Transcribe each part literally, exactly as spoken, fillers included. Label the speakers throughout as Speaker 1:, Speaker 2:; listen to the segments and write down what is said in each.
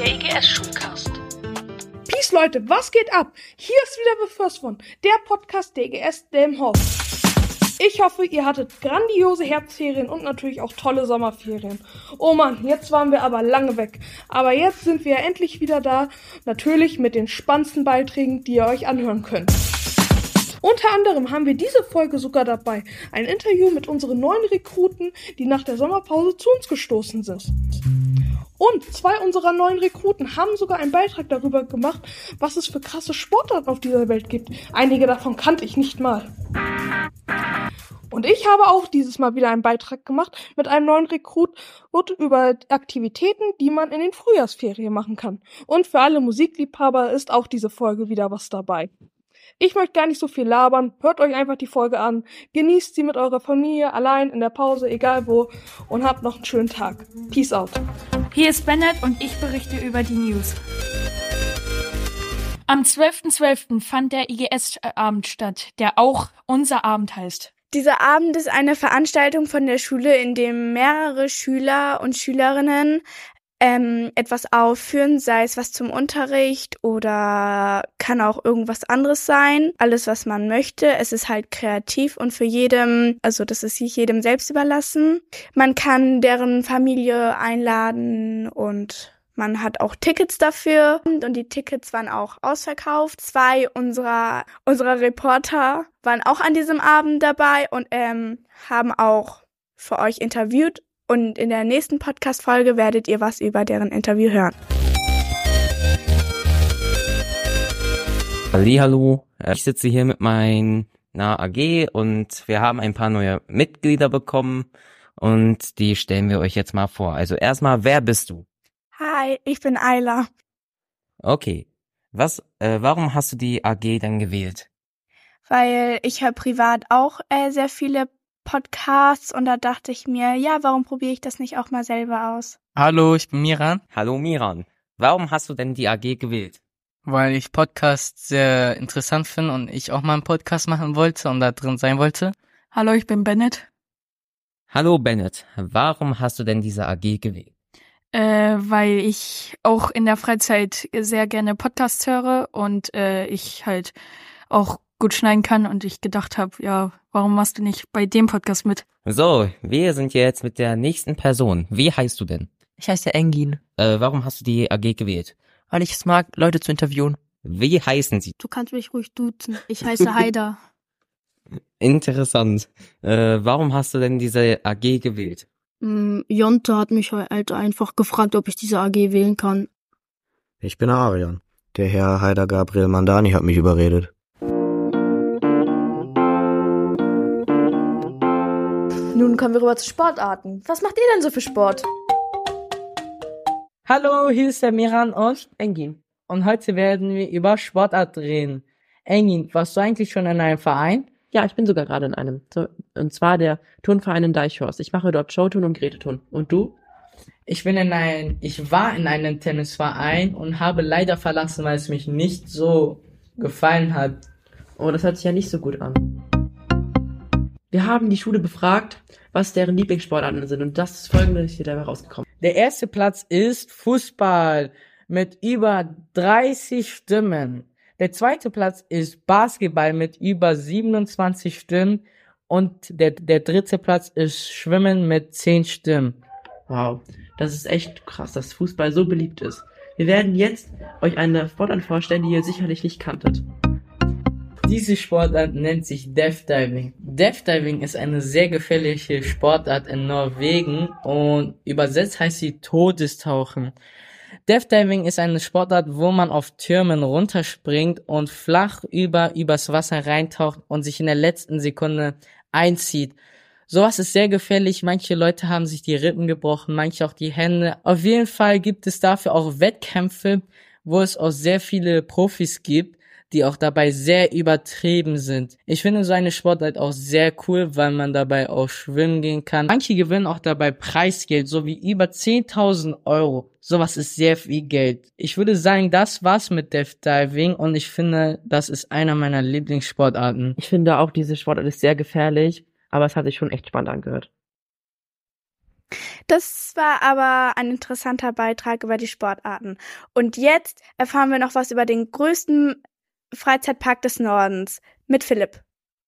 Speaker 1: der E G S-Schulcast.
Speaker 2: Peace, Leute, was geht ab? Hier ist wieder The First One, der Podcast der E G S Delmenhorst. Ich hoffe, ihr hattet grandiose Herbstferien und natürlich auch tolle Sommerferien. Oh Mann, jetzt waren wir aber lange weg. Aber jetzt sind wir endlich wieder da, natürlich mit den spannendsten Beiträgen, die ihr euch anhören könnt. Unter anderem haben wir diese Folge sogar dabei, ein Interview mit unseren neuen Rekruten, die nach der Sommerpause zu uns gestoßen sind. Und zwei unserer neuen Rekruten haben sogar einen Beitrag darüber gemacht, was es für krasse Sportarten auf dieser Welt gibt. Einige davon kannte ich nicht mal. Und ich habe auch dieses Mal wieder einen Beitrag gemacht mit einem neuen Rekrut über Aktivitäten, die man in den Frühjahrsferien machen kann. Und für alle Musikliebhaber ist auch diese Folge wieder was dabei. Ich möchte gar nicht so viel labern, hört euch einfach die Folge an, genießt sie mit eurer Familie, allein, in der Pause, egal wo, und habt noch einen schönen Tag. Peace out.
Speaker 3: Hier ist Bennett und ich berichte über die News. Am zwölften zwölften fand der I G S-Abend statt, der auch unser Abend heißt.
Speaker 4: Dieser Abend ist eine Veranstaltung von der Schule, in dem mehrere Schüler und Schülerinnen ähm, etwas aufführen, sei es was zum Unterricht oder kann auch irgendwas anderes sein. Alles, was man möchte. Es ist halt kreativ und für jedem, also das ist sich jedem selbst überlassen. Man kann deren Familie einladen und man hat auch Tickets dafür und die Tickets waren auch ausverkauft. Zwei unserer unserer Reporter waren auch an diesem Abend dabei und ähm, haben auch für euch interviewt. Und in der nächsten Podcast-Folge werdet ihr was über deren Interview hören.
Speaker 5: Hallihallo, ich sitze hier mit meiner A G und wir haben ein paar neue Mitglieder bekommen und die stellen wir euch jetzt mal vor. Also erstmal, wer bist du?
Speaker 4: Hi, ich bin Ayla.
Speaker 5: Okay, was? Äh, warum hast du die A G denn gewählt?
Speaker 4: Weil ich höre privat auch äh, sehr viele Podcasts und da dachte ich mir, ja, warum probiere ich das nicht auch mal selber aus?
Speaker 6: Hallo, ich bin Miran.
Speaker 5: Hallo Miran, warum hast du denn die A G gewählt?
Speaker 6: Weil ich Podcasts sehr interessant finde und ich auch mal einen Podcast machen wollte und da drin sein wollte.
Speaker 3: Hallo, ich bin Bennett.
Speaker 5: Hallo Bennett, warum hast du denn diese A G gewählt?
Speaker 3: Äh, weil ich auch in der Freizeit sehr gerne Podcasts höre und äh, ich halt auch gut schneiden kann und ich gedacht habe, ja, warum machst du nicht bei dem Podcast mit?
Speaker 5: So, wir sind jetzt mit der nächsten Person. Wie heißt du denn?
Speaker 7: Ich heiße Engin.
Speaker 5: Äh, warum hast du die A G gewählt?
Speaker 7: Weil ich es mag, Leute zu interviewen.
Speaker 5: Wie heißen sie?
Speaker 8: Du kannst mich ruhig duzen. Ich heiße Haida.
Speaker 5: Interessant. Äh, warum hast du denn diese A G gewählt?
Speaker 8: Mm, Jonte hat mich halt einfach gefragt, ob ich diese A G wählen kann.
Speaker 9: Ich bin Arian. Der Herr Haida Gabriel Mandani hat mich überredet.
Speaker 10: Nun kommen wir rüber zu Sportarten. Was macht ihr denn so für Sport?
Speaker 11: Hallo, hier ist der Miran und Engin. Und heute werden wir über Sportart reden. Engin, warst du eigentlich schon in einem Verein?
Speaker 12: Ja, ich bin sogar gerade in einem. Und zwar der Turnverein in Deichhorst. Ich mache dort Showturn und Greteturn. Und du?
Speaker 11: Ich bin in ein, ich war in einem Tennisverein und habe leider verlassen, weil es mich nicht so gefallen hat.
Speaker 12: Oh, das hört sich ja nicht so gut an. Wir haben die Schule befragt, was deren Lieblingssportarten sind. Und das ist folgendes hier dabei rausgekommen.
Speaker 11: Der erste Platz ist Fußball mit über dreißig Stimmen. Der zweite Platz ist Basketball mit über siebenundzwanzig Stimmen. Und der, der dritte Platz ist Schwimmen mit zehn Stimmen.
Speaker 12: Wow, das ist echt krass, dass Fußball so beliebt ist. Wir werden jetzt euch eine Sportart vorstellen, die ihr sicherlich nicht kanntet.
Speaker 11: Diese Sportart nennt sich Death Diving. Death Diving ist eine sehr gefährliche Sportart in Norwegen und übersetzt heißt sie Todestauchen. Death Diving ist eine Sportart, wo man auf Türmen runterspringt und flach über übers Wasser reintaucht und sich in der letzten Sekunde einzieht. Sowas ist sehr gefährlich. Manche Leute haben sich die Rippen gebrochen, manche auch die Hände. Auf jeden Fall gibt es dafür auch Wettkämpfe, wo es auch sehr viele Profis gibt, die auch dabei sehr übertrieben sind. Ich finde so eine Sportart auch sehr cool, weil man dabei auch schwimmen gehen kann. Manche gewinnen auch dabei Preisgeld, so wie über zehntausend Euro. Sowas ist sehr viel Geld. Ich würde sagen, das war's mit Death Diving und ich finde, das ist einer meiner Lieblingssportarten.
Speaker 12: Ich finde auch, diese Sportart ist sehr gefährlich, aber es hat sich schon echt spannend angehört.
Speaker 4: Das war aber ein interessanter Beitrag über die Sportarten. Und jetzt erfahren wir noch was über den größten Freizeitpark des Nordens mit Philipp.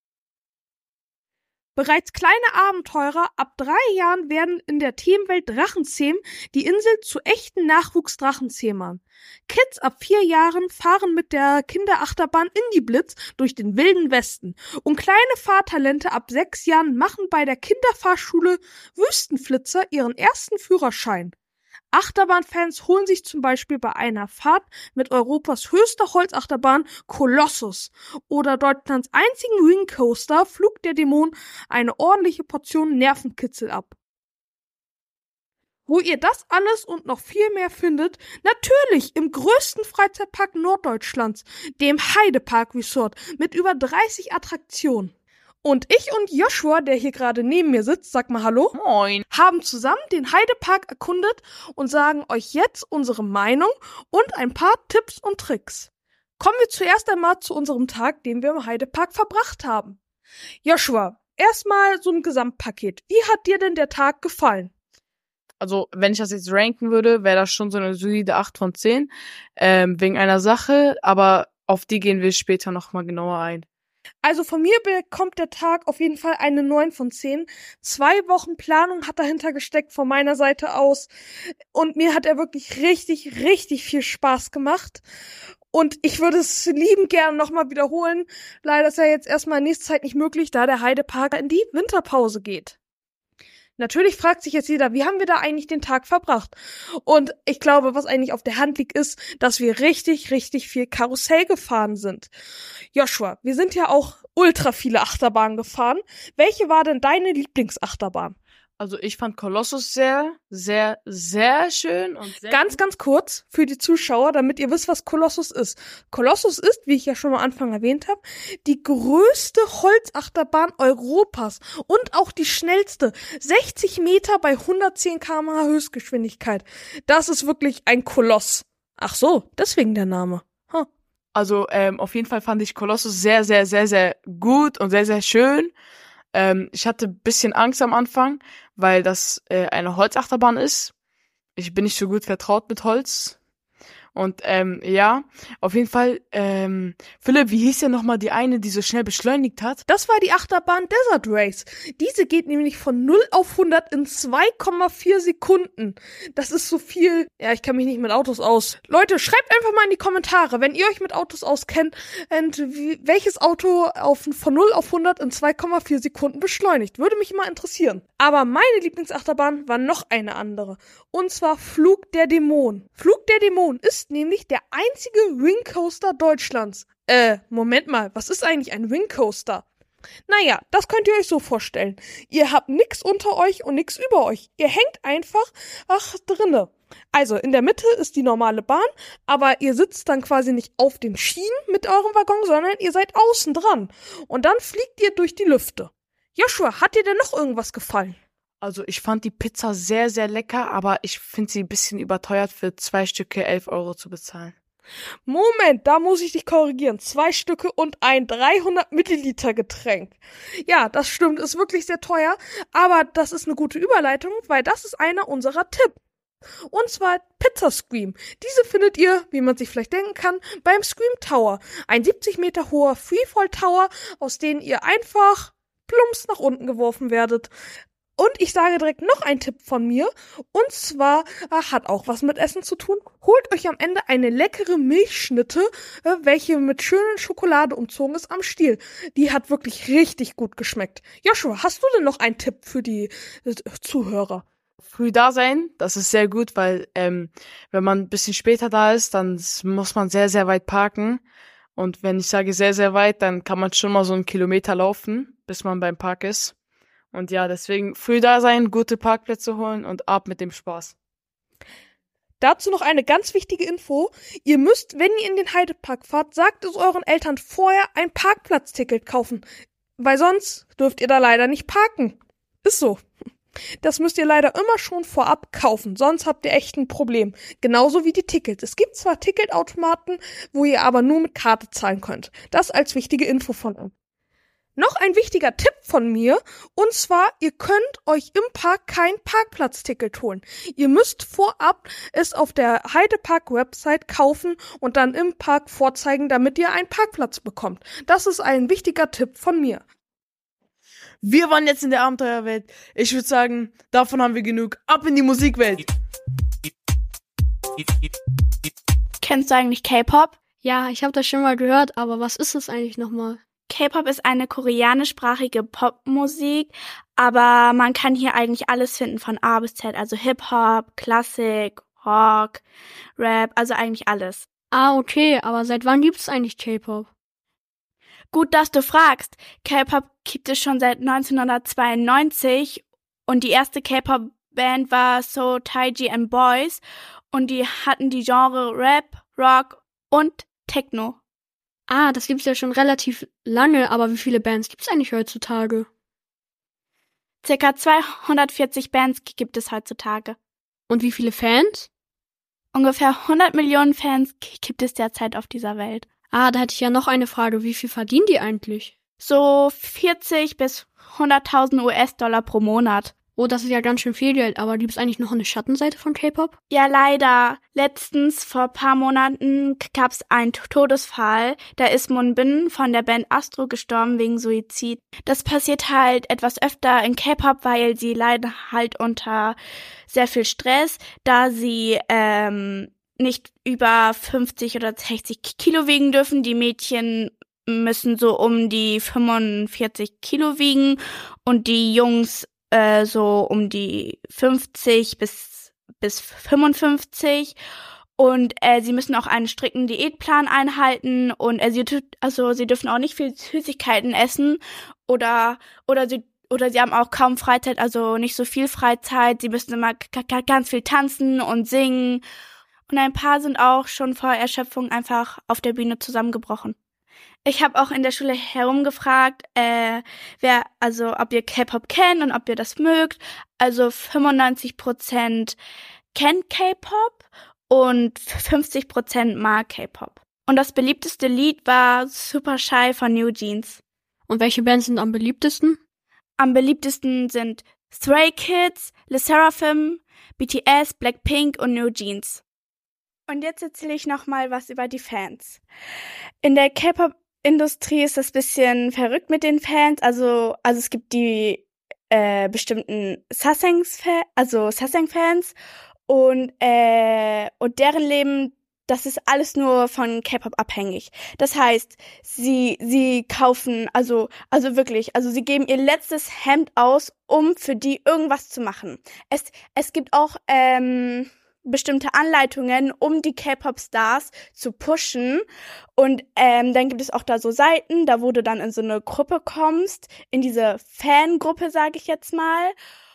Speaker 2: Bereits kleine Abenteurer ab drei Jahren werden in der Themenwelt Drachenzähmen die Insel zu echten Nachwuchsdrachenzähmern. Kids ab vier Jahren fahren mit der Kinderachterbahn Indie Blitz durch den wilden Westen und kleine Fahrtalente ab sechs Jahren machen bei der Kinderfahrschule Wüstenflitzer ihren ersten Führerschein. Achterbahnfans holen sich zum Beispiel bei einer Fahrt mit Europas höchster Holzachterbahn Kolossus oder Deutschlands einzigen Wingcoaster Flug der Dämonen eine ordentliche Portion Nervenkitzel ab. Wo ihr das alles und noch viel mehr findet, natürlich im größten Freizeitpark Norddeutschlands, dem Heidepark Resort mit über dreißig Attraktionen. Und ich und Joshua, der hier gerade neben mir sitzt, sag mal hallo,
Speaker 1: Moin,
Speaker 2: haben zusammen den Heidepark erkundet und sagen euch jetzt unsere Meinung und ein paar Tipps und Tricks. Kommen wir zuerst einmal zu unserem Tag, den wir im Heidepark verbracht haben. Joshua, erstmal so ein Gesamtpaket. Wie hat dir denn der Tag gefallen?
Speaker 1: Also, wenn ich das jetzt ranken würde, wäre das schon so eine solide acht von zehn, ähm, wegen einer Sache, aber auf die gehen wir später nochmal genauer ein.
Speaker 2: Also von mir bekommt der Tag auf jeden Fall eine neun von zehn. Zwei Wochen Planung hat dahinter gesteckt von meiner Seite aus. Und mir hat er wirklich richtig, richtig viel Spaß gemacht. Und ich würde es liebend gerne nochmal wiederholen. Leider ist ja jetzt erstmal in nächster Zeit nicht möglich, da der Heidepark in die Winterpause geht. Natürlich fragt sich jetzt jeder, wie haben wir da eigentlich den Tag verbracht? Und ich glaube, was eigentlich auf der Hand liegt, ist, dass wir richtig, richtig viel Karussell gefahren sind. Joshua, wir sind ja auch ultra viele Achterbahnen gefahren. Welche war denn deine Lieblingsachterbahn?
Speaker 1: Also ich fand Kolossus sehr, sehr, sehr schön und sehr
Speaker 2: Ganz, ganz kurz für die Zuschauer, damit ihr wisst, was Kolossus ist. Kolossus ist, wie ich ja schon am Anfang erwähnt habe, die größte Holzachterbahn Europas und auch die schnellste. sechzig Meter bei hundertzehn Kilometer pro Stunde Höchstgeschwindigkeit. Das ist wirklich ein Koloss. Ach so, deswegen der Name. Huh.
Speaker 1: Also ähm, auf jeden Fall fand ich Kolossus sehr, sehr, sehr, sehr gut und sehr, sehr schön. Ähm, ich hatte ein bisschen Angst am Anfang, weil das äh, eine Holzachterbahn ist. Ich bin nicht so gut vertraut mit Holz. Und ähm, ja, auf jeden Fall, ähm, Philipp, wie hieß denn nochmal die eine, die so schnell beschleunigt hat?
Speaker 2: Das war die Achterbahn Desert Race. Diese geht nämlich von null auf hundert in zwei Komma vier Sekunden. Das ist so viel. Ja, ich kenne mich nicht mit Autos aus. Leute, schreibt einfach mal in die Kommentare, wenn ihr euch mit Autos auskennt, und wie, welches Auto auf, von null auf hundert in zwei Komma vier Sekunden beschleunigt. Würde mich mal interessieren. Aber meine Lieblingsachterbahn war noch eine andere. Und zwar Flug der Dämonen. Flug der Dämonen ist nämlich der einzige Wingcoaster Deutschlands. Äh, Moment mal, was ist eigentlich ein Wingcoaster? Naja, das könnt ihr euch so vorstellen. Ihr habt nix unter euch und nix über euch. Ihr hängt einfach, ach, drinne. Also, in der Mitte ist die normale Bahn, aber ihr sitzt dann quasi nicht auf den Schienen mit eurem Waggon, sondern ihr seid außen dran. Und dann fliegt ihr durch die Lüfte. Joshua, hat dir denn noch irgendwas gefallen?
Speaker 1: Also ich fand die Pizza sehr, sehr lecker, aber ich finde sie ein bisschen überteuert, für zwei Stücke elf Euro zu bezahlen.
Speaker 2: Moment, da muss ich dich korrigieren. Zwei Stücke und ein dreihundert Milliliter Getränk. Ja, das stimmt, ist wirklich sehr teuer, aber das ist eine gute Überleitung, weil das ist einer unserer Tipps. Und zwar Pizza Scream. Diese findet ihr, wie man sich vielleicht denken kann, beim Scream Tower. Ein siebzig Meter hoher Freefall Tower, aus dem ihr einfach plumps nach unten geworfen werdet. Und ich sage direkt noch einen Tipp von mir. Und zwar äh, hat auch was mit Essen zu tun. Holt euch am Ende eine leckere Milchschnitte, äh, welche mit schönen Schokolade umzogen ist am Stiel. Die hat wirklich richtig gut geschmeckt. Joshua, hast du denn noch einen Tipp für die äh, Zuhörer?
Speaker 1: Früh da sein, das ist sehr gut, weil ähm, wenn man ein bisschen später da ist, dann muss man sehr, sehr weit parken. Und wenn ich sage sehr, sehr weit, dann kann man schon mal so einen Kilometer laufen, bis man beim Park ist. Und ja, deswegen früh da sein, gute Parkplätze holen und ab mit dem Spaß.
Speaker 2: Dazu noch eine ganz wichtige Info. Ihr müsst, wenn ihr in den Heidepark fahrt, sagt es euren Eltern vorher ein Parkplatzticket kaufen. Weil sonst dürft ihr da leider nicht parken. Ist so. Das müsst ihr leider immer schon vorab kaufen, sonst habt ihr echt ein Problem. Genauso wie die Tickets. Es gibt zwar Ticketautomaten, wo ihr aber nur mit Karte zahlen könnt. Das als wichtige Info von uns. Noch ein wichtiger Tipp von mir, und zwar, ihr könnt euch im Park kein Parkplatzticket holen. Ihr müsst vorab es auf der Heidepark-Website kaufen und dann im Park vorzeigen, damit ihr einen Parkplatz bekommt. Das ist ein wichtiger Tipp von mir.
Speaker 1: Wir waren jetzt in der Abenteuerwelt. Ich würde sagen, davon haben wir genug. Ab in die Musikwelt.
Speaker 4: Kennst du eigentlich K-Pop?
Speaker 13: Ja, ich habe das schon mal gehört, aber was ist das eigentlich nochmal?
Speaker 4: K-Pop ist eine koreanischsprachige Popmusik, aber man kann hier eigentlich alles finden von A bis Z, also Hip-Hop, Klassik, Rock, Rap, also eigentlich alles.
Speaker 13: Ah, okay, aber seit wann gibt es eigentlich K-Pop?
Speaker 4: Gut, dass du fragst. K-Pop gibt es schon seit neunzehnhundertzweiundneunzig und die erste K-Pop-Band war So Taiji and Boys und die hatten die Genre Rap, Rock und Techno.
Speaker 13: Ah, das gibt's ja schon relativ lange, aber wie viele Bands gibt's eigentlich heutzutage?
Speaker 4: Circa zweihundertvierzig Bands gibt es heutzutage.
Speaker 13: Und wie viele Fans?
Speaker 4: Ungefähr hundert Millionen Fans gibt es derzeit auf dieser Welt.
Speaker 13: Ah, da hätte ich ja noch eine Frage. Wie viel verdienen die eigentlich?
Speaker 4: So vierzig bis hunderttausend U S-Dollar pro Monat.
Speaker 13: Oh, das ist ja ganz schön viel Geld, aber gibt's eigentlich noch eine Schattenseite von K-Pop?
Speaker 4: Ja, leider. Letztens, vor ein paar Monaten, gab's einen Todesfall. Da ist Moonbin von der Band Astro gestorben wegen Suizid. Das passiert halt etwas öfter in K-Pop, weil sie leiden halt unter sehr viel Stress, da sie ähm nicht über fünfzig oder sechzig Kilo wiegen dürfen. Die Mädchen müssen so um die fünfundvierzig Kilo wiegen und die Jungs äh, so um die fünfzig bis bis fünfundfünfzig. Und äh, sie müssen auch einen strikten Diätplan einhalten und äh, sie, also sie dürfen auch nicht viel Süßigkeiten essen oder oder sie oder sie haben auch kaum Freizeit, also nicht so viel Freizeit. Sie müssen immer g- g- ganz viel tanzen und singen. Und ein paar sind auch schon vor Erschöpfung einfach auf der Bühne zusammengebrochen. Ich habe auch in der Schule herumgefragt, äh, wer, also ob ihr K-Pop kennt und ob ihr das mögt. Also fünfundneunzig Prozent kennt K-Pop und fünfzig Prozent mag K-Pop. Und das beliebteste Lied war Super Shy von New Jeans.
Speaker 13: Und welche Bands sind am beliebtesten?
Speaker 4: Am beliebtesten sind Stray Kids, Le Sserafim, B T S, Blackpink und New Jeans. Und jetzt erzähle ich noch mal was über die Fans. In der K-Pop-Industrie ist das ein bisschen verrückt mit den Fans. Also, also es gibt die äh, bestimmten Sasaengs, also Sasaeng-Fans und äh, und deren Leben, das ist alles nur von K-Pop abhängig. Das heißt, sie sie kaufen, also also wirklich, also sie geben ihr letztes Hemd aus, um für die irgendwas zu machen. Es es gibt auch ähm, bestimmte Anleitungen, um die K-Pop-Stars zu pushen. Und ähm, dann gibt es auch da so Seiten, da wo du dann in so eine Gruppe kommst, in diese Fangruppe, sage ich jetzt mal.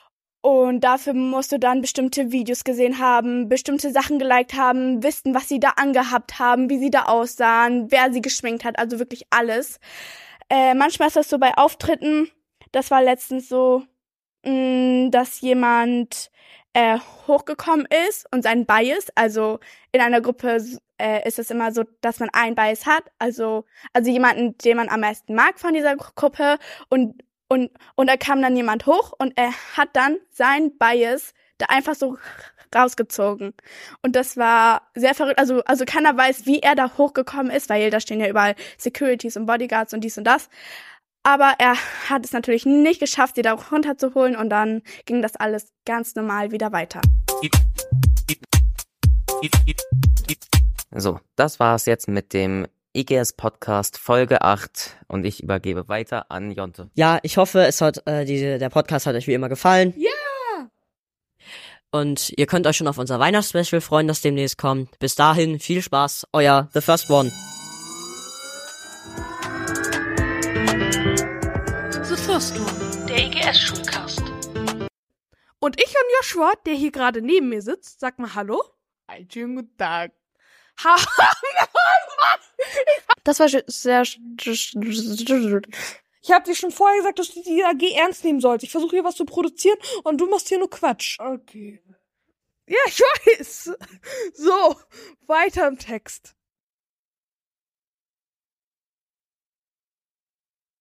Speaker 4: Und dafür musst du dann bestimmte Videos gesehen haben, bestimmte Sachen geliked haben, wissen, was sie da angehabt haben, wie sie da aussahen, wer sie geschminkt hat, also wirklich alles. Äh, manchmal ist das so bei Auftritten, das war letztens so, mh, dass jemand äh, hochgekommen ist und sein Bias, also in einer Gruppe äh, ist es immer so, dass man einen Bias hat, also also jemanden, den man am meisten mag von dieser Gruppe und und und da kam dann jemand hoch und er hat dann sein Bias da einfach so rausgezogen und das war sehr verrückt, also also keiner weiß, wie er da hochgekommen ist, weil da stehen ja überall Securities und Bodyguards und dies und das. Aber er hat es natürlich nicht geschafft, sie da runterzuholen und dann ging das alles ganz normal wieder weiter.
Speaker 5: So, das war's jetzt mit dem I G S-Podcast Folge acht und ich übergebe weiter an Jonte.
Speaker 7: Ja, ich hoffe, es hat äh, diese, der Podcast hat euch wie immer gefallen.
Speaker 2: Ja!
Speaker 7: Und ihr könnt euch schon auf unser Weihnachtsspecial freuen, das demnächst kommt. Bis dahin, viel Spaß, euer The First One.
Speaker 2: The First One, der I G S-Schulcast. Und ich und Joshua, der hier gerade neben mir sitzt, sag mal Hallo.
Speaker 1: Einen schönen guten Tag.
Speaker 10: Das war sehr...
Speaker 2: Ich habe dir schon vorher gesagt, dass du die A G ernst nehmen sollst. Ich versuche hier was zu produzieren und du machst hier nur Quatsch.
Speaker 1: Okay.
Speaker 2: Ja, ich weiß. So, weiter im Text.